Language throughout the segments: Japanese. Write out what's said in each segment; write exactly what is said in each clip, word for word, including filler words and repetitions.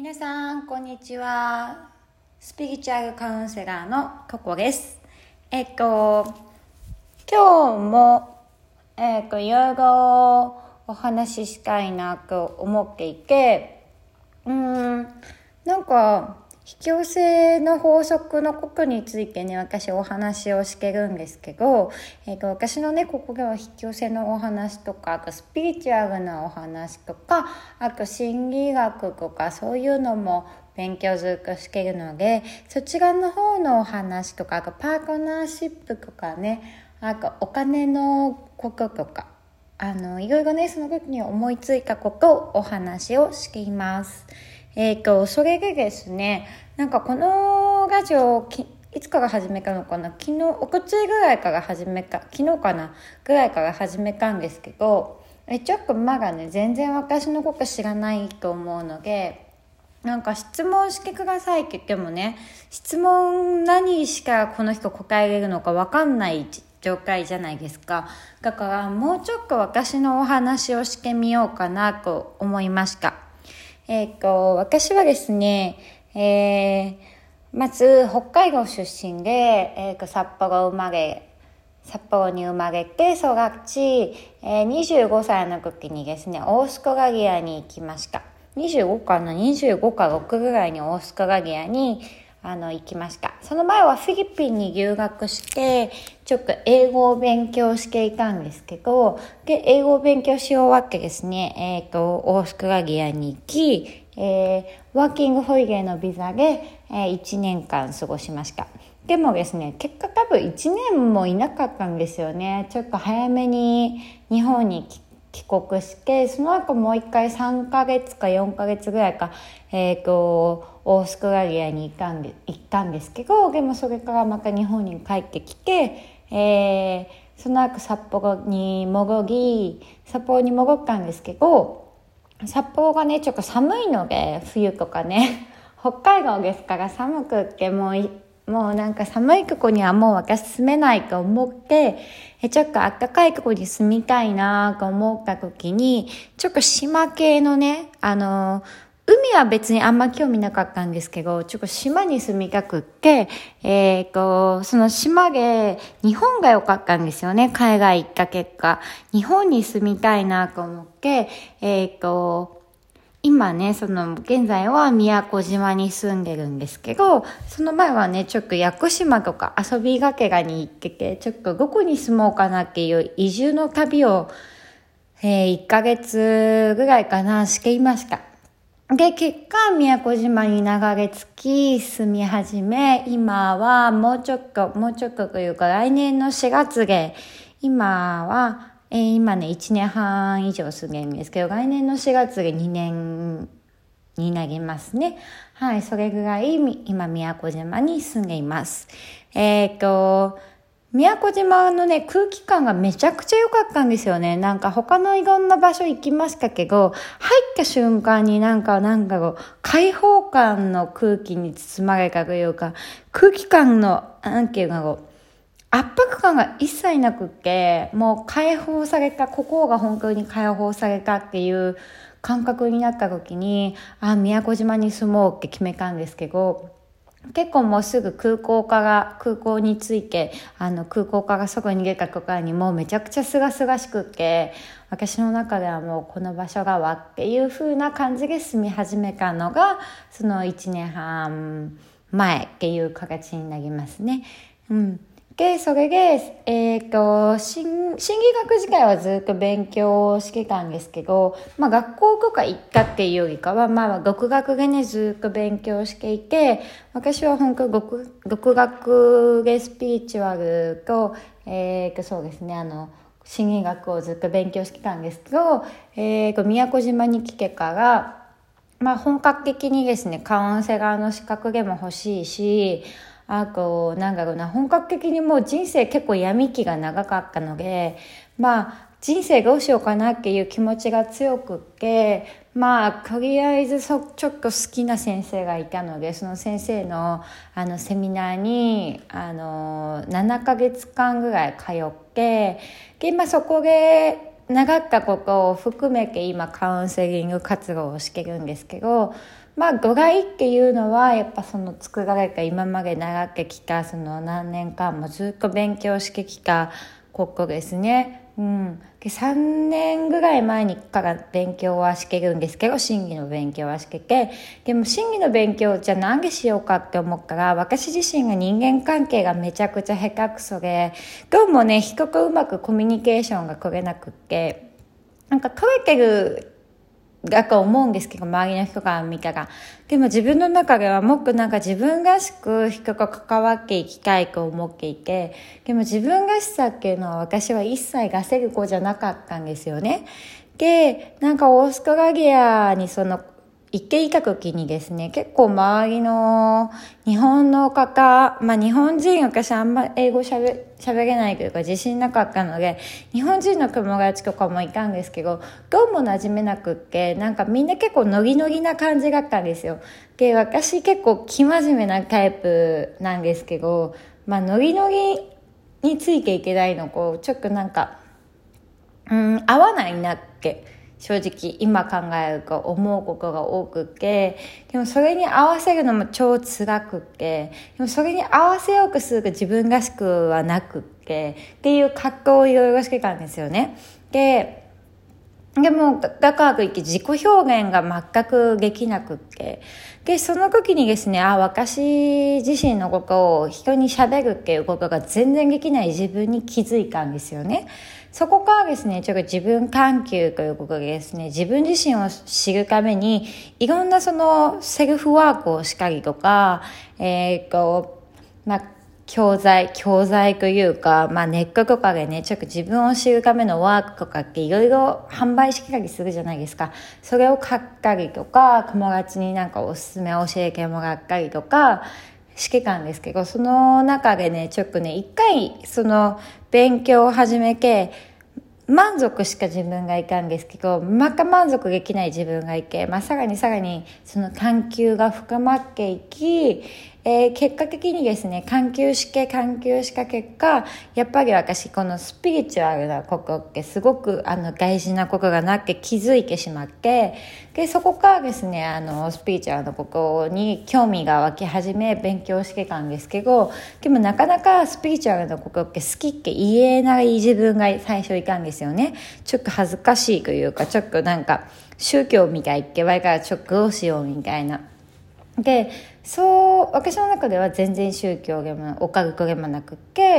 皆さんこんにちは。スピリチュアルカウンセラーのココです。えっと今日もえっといろいろお話ししたいなと思っていて、うーんなんか引き寄せの法則のことについてね、私お話をしてるんですけど、えー、と私のねここでは引き寄せのお話とか、あとスピリチュアルなお話とか、あと心理学とかそういうのも勉強ずっとしてるので、そちらの方のお話とか、あとパートナーシップとかね、あとお金のこととか、あのいろいろねその時に思いついたことをお話をしています。えーと、それでですね、なんかこのラジオきいつから始めたのかな、昨日おとついぐらいから始めた昨日かなぐらいから始めたんですけど、えちょっとまだね全然私のこと知らないと思うので、なんか質問してくださいって言ってもね、質問何しかこの人答えれるのか分かんない状態じゃないですか。だからもうちょっと私のお話をしてみようかなと思いました。えっと、私はですね、えー、まず北海道出身で、えー、と札幌生まれ、札幌に生まれて育ち、えー、にじゅうごさいの時にですね、オーストラリアに行きました。にじゅうごかな、にじゅうごかろくぐらいにオーストラリアにあの行きました。その前はフィリピンに留学して、ちょっと英語を勉強していたんですけど、で英語を勉強し終わってですね、えっとオーストラリアに行き、えー、ワーキングホリデーのビザで、えー、いちねんかん過ごしました。でもですね、結果多分いちねんもいなかったんですよね。ちょっと早めに日本に来帰国して、その後もう一回さんかげつかよんかげつぐらいか、えーと、オーストラリアに行ったんで、行ったんですけど、でもそれからまた日本に帰ってきて、えー、その後札幌に戻り、札幌に戻ったんですけど、札幌がねちょっと寒いので、冬とかね北海道ですから寒くってもうもうなんか寒いとこにはもう私住めないと思って、えちょっと暖かいとこに住みたいなと思った時に、ちょっと島系のね、あの海は別にあんま興味なかったんですけど、ちょっと島に住みたくって、えっと、その島で日本が良かったんですよね。海外行った結果、日本に住みたいなと思って、えっと、今ね、その現在は宮古島に住んでるんですけど、その前はねちょっと屋久島とか遊びがけがに行ってて、ちょっとどこに住もうかなっていう移住の旅を、えー、いっかげつぐらいかなしていました。で結果宮古島に流れ着き住み始め、今はもうちょっともうちょっとというか来年のしがつで、今はえー、今ねいちねんはん以上住んでるんですけど、来年のしがつでにねんになりますね。はい、それぐらい今宮古島に住んでいます。えっと宮古島のね空気感がめちゃくちゃ良かったんですよね。なんか他のいろんな場所行きましたけど、入った瞬間になんかなんかこう開放感の空気に包まれたというか、空気感のなんていうの圧迫感が一切なくって、もう解放された、心が本当に解放されたっていう感覚になった時に、あ、宮古島に住もうって決めたんですけど、結構もうすぐ空港から空港に着いて、あの空港から外に出たとかにもうめちゃくちゃすがすがしくって、私の中ではもうこの場所がわっていう風な感じで住み始めたのがそのいちねんはんまえっていう形になりますね。うんで、それで、えっと、心、心理学自体はずっと勉強してたんですけど、まあ学校とか行ったっていうよりかは、まあ独学でね、ずっと勉強していて、私は本当独、独学でスピリチュアルと、えっと、そうですね、あの、心理学をずっと勉強してたんですけど、えっと、宮古島に来てから、まあ本格的にですね、カウンセラーの資格でも欲しいし、あとなんだろうな、本格的にもう人生結構闇期が長かったので、まあ人生どうしようかなっていう気持ちが強くって、まあとりあえずそちょっと好きな先生がいたので、その先生のあのセミナーにあのななかげつかんぐらい通って、で、まあ、そこで長かことを含めて今カウンセリング活動をしてるんですけど、まあ語外っていうのはやっぱその作られた今まで長くきたその何年間もずっと勉強してきたことですね。うん、でさんねんぐらい前にから勉強はしてるんですけど、心理の勉強はしてて、でも心理の勉強じゃあ何でしようかって思ったら、私自身が人間関係がめちゃくちゃ下手くそで、どうもね人とうまくコミュニケーションが取れなくって、なんか取れてるだと思うんですけど、周りの人から見たら。でも自分の中ではもっとなんか自分らしく人と関わっていきたいと思っていて、でも自分らしさっていうのは私は一切出せる子じゃなかったんですよね。で、なんかオーストラリアにその行っていた時にですね、結構周りの日本の方、まあ日本人、私あんま英語しゃべ、しゃべれないというか自信なかったので、日本人の友達とかもいたんですけど、どうも馴染めなくって、なんかみんな結構ノリノリな感じだったんですよ。で、私結構生真面目なタイプなんですけど、まあノリノリについていけないのこう、ちょっとなんか、うん、合わないなって、正直今考えると思うことが多くて、でもそれに合わせるのも超辛くって、でもそれに合わせようとすると自分らしくはなくってっていう葛藤をいろいろしてたんですよね。ででもだからといって自己表現が全くできなくって、でその時にですね、あ私自身のことを人に喋るっていうことが全然できない自分に気づいたんですよね。そこからですね、ちょっと自分探求ということでですね、自分自身を知るためにいろんなそのセルフワークをしたりとか、えー、とまあ教材、教材というか、まあネットとかでね、ちょっと自分を知るためのワークとかっていろいろ販売してたりするじゃないですか。それを買ったりとか、友達になんかおすすめ教えてもらったりとかしてたんですけど、その中でね、ちょっとね、一回その勉強を始めて、満足しか自分がいかんですけど、また満足できない自分がいて、まあ、さらにさらにその探求が深まっていき、えー、結果的にですね、探求して探求した結果、やっぱり私このスピリチュアルなことってすごくあの大事なことがなって気づいてしまって、でそこからですね、あのスピリチュアルなことに興味が湧き始め勉強してたんですけど、でもなかなかスピリチュアルなことって好きって言えない自分が最初いたんですよね。ちょっと恥ずかしいというか、ちょっとなんか宗教みたいって言われたらちょっとどうしようみたいな。でそう私の中では全然宗教でもオカルトでもなくって、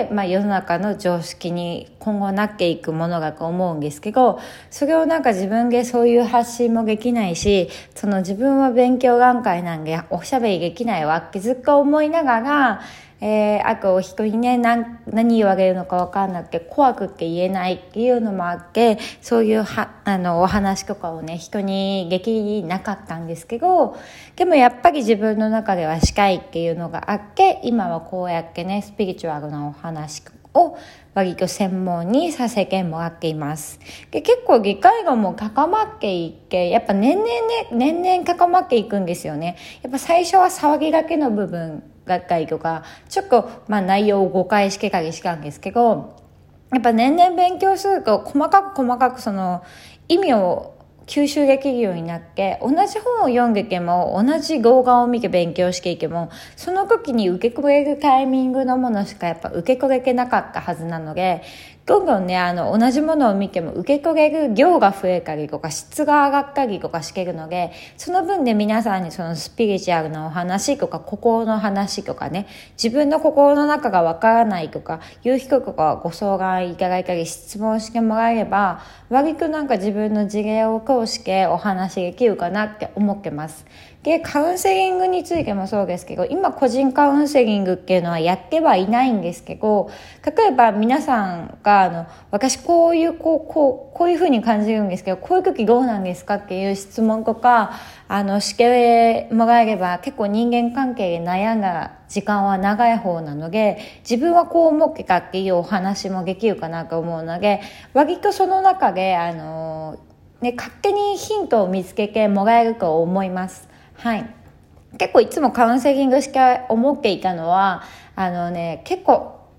まあ、世の中の常識に今後なっていくものだと思うんですけど、それをなんか自分でそういう発信もできないし、その自分は勉強段階なんでおしゃべりできないわってずっと思いながら、えー、あと人にね 何, 何言われるのか分かんなくて怖くって言えないっていうのもあって、そういうはあのお話とかをね人にできなかったんですけど、でもやっぱり自分の中ではしたいっていうのがあって、今はこうやってねスピリチュアルなお話を割と専門にさせてもらっています。で結構理解度も高まっていって、やっぱ年々ね年々高まっていくんですよね。やっぱ最初は騒ぎだけの部分だったりとか、ちょっとまあ内容を誤解してたりしたんですけど、やっぱ年々勉強すると細かく細かくその意味を吸収できるようになって、同じ本を読んでても同じ動画を見て勉強していても、その時に受け取れるタイミングのものしかやっぱ受け取れてなかったはずなので、どんどんねあの同じものを見ても受け取れる量が増えたりとか質が上がったりとかしてるので、その分で皆さんにそのスピリチュアルなお話とか心の話とかね、自分の心の中がわからないとかいう人とかご相談いただいたり質問してもらえれば、割となんか自分の事例を通してお話できるかなって思ってます。でカウンセリングについてもそうですけど、今個人カウンセリングっていうのはやってはいないんですけど、例えば皆さんがあの私こういうこうこうこういうふうに感じるんですけど、こういう時どうなんですかっていう質問とかあのしてもらえれば、結構人間関係で悩んだ時間は長い方なので、自分はこう思ってたっていうお話もできるかなと思うので、割とその中であの、ね、勝手にヒントを見つけてもらえると思います。はい、結構いつもカウンセリングしか思っていたのはあのね結構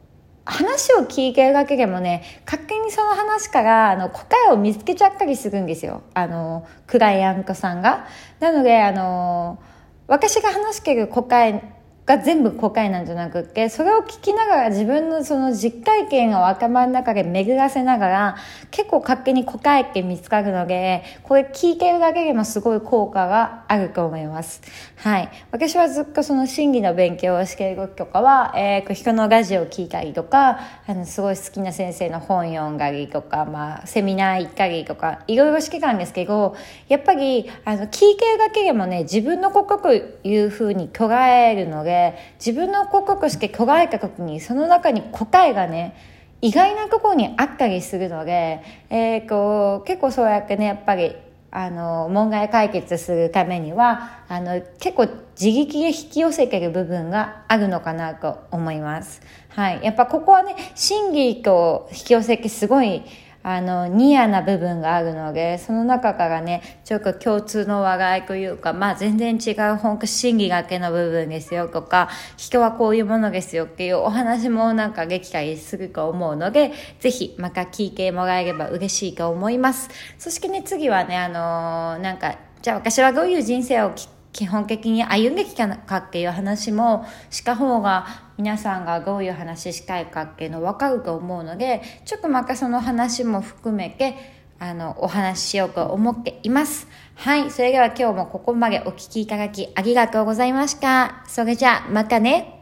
話を聞いてるだけでもね、勝手にその話からあの答えを見つけちゃったりするんですよ、あのクライアントさんが。なのであの私が話してる答えが全部答えなんじゃなくって、それを聞きながら自分のその実体験を頭の中で巡らせながら結構勝手に答えって見つかるので、これ聞いてるだけでもすごい効果があると思います。はい。私はずっとその心理の勉強をしている時とかは、えー、人のラジオを聞いたりとか、あのすごい好きな先生の本読んだりとか、まあセミナー行ったりとかいろいろしてたんですけど、やっぱりあの聞いてるだけでもね、自分の心という風に捉えるので、自分の心として捉えた時にその中に答えがね意外なところにあったりするので、えー、こう結構そうやってねやっぱりあの問題解決するためにはあの結構自力で引き寄せてる部分があるのかなと思います。はい、やっぱここはね心理と引き寄せってすごいあのニアな部分があるので、その中からねちょっと共通の話題というか、まあ全然違う本当心理学の部分ですよとか、人はこういうものですよっていうお話もなんかできたりすると思うので、ぜひまた聞いてもらえれば嬉しいと思います。そしてね次はねあのー、なんかじゃあ私はどういう人生を基本的に歩んできたかっていう話もした方が皆さんがどういう話したいかっていうの分かると思うので、ちょっとまたその話も含めてあのお話ししようと思っています。はい、それでは今日もここまでお聞きいただきありがとうございました。それじゃあまたね。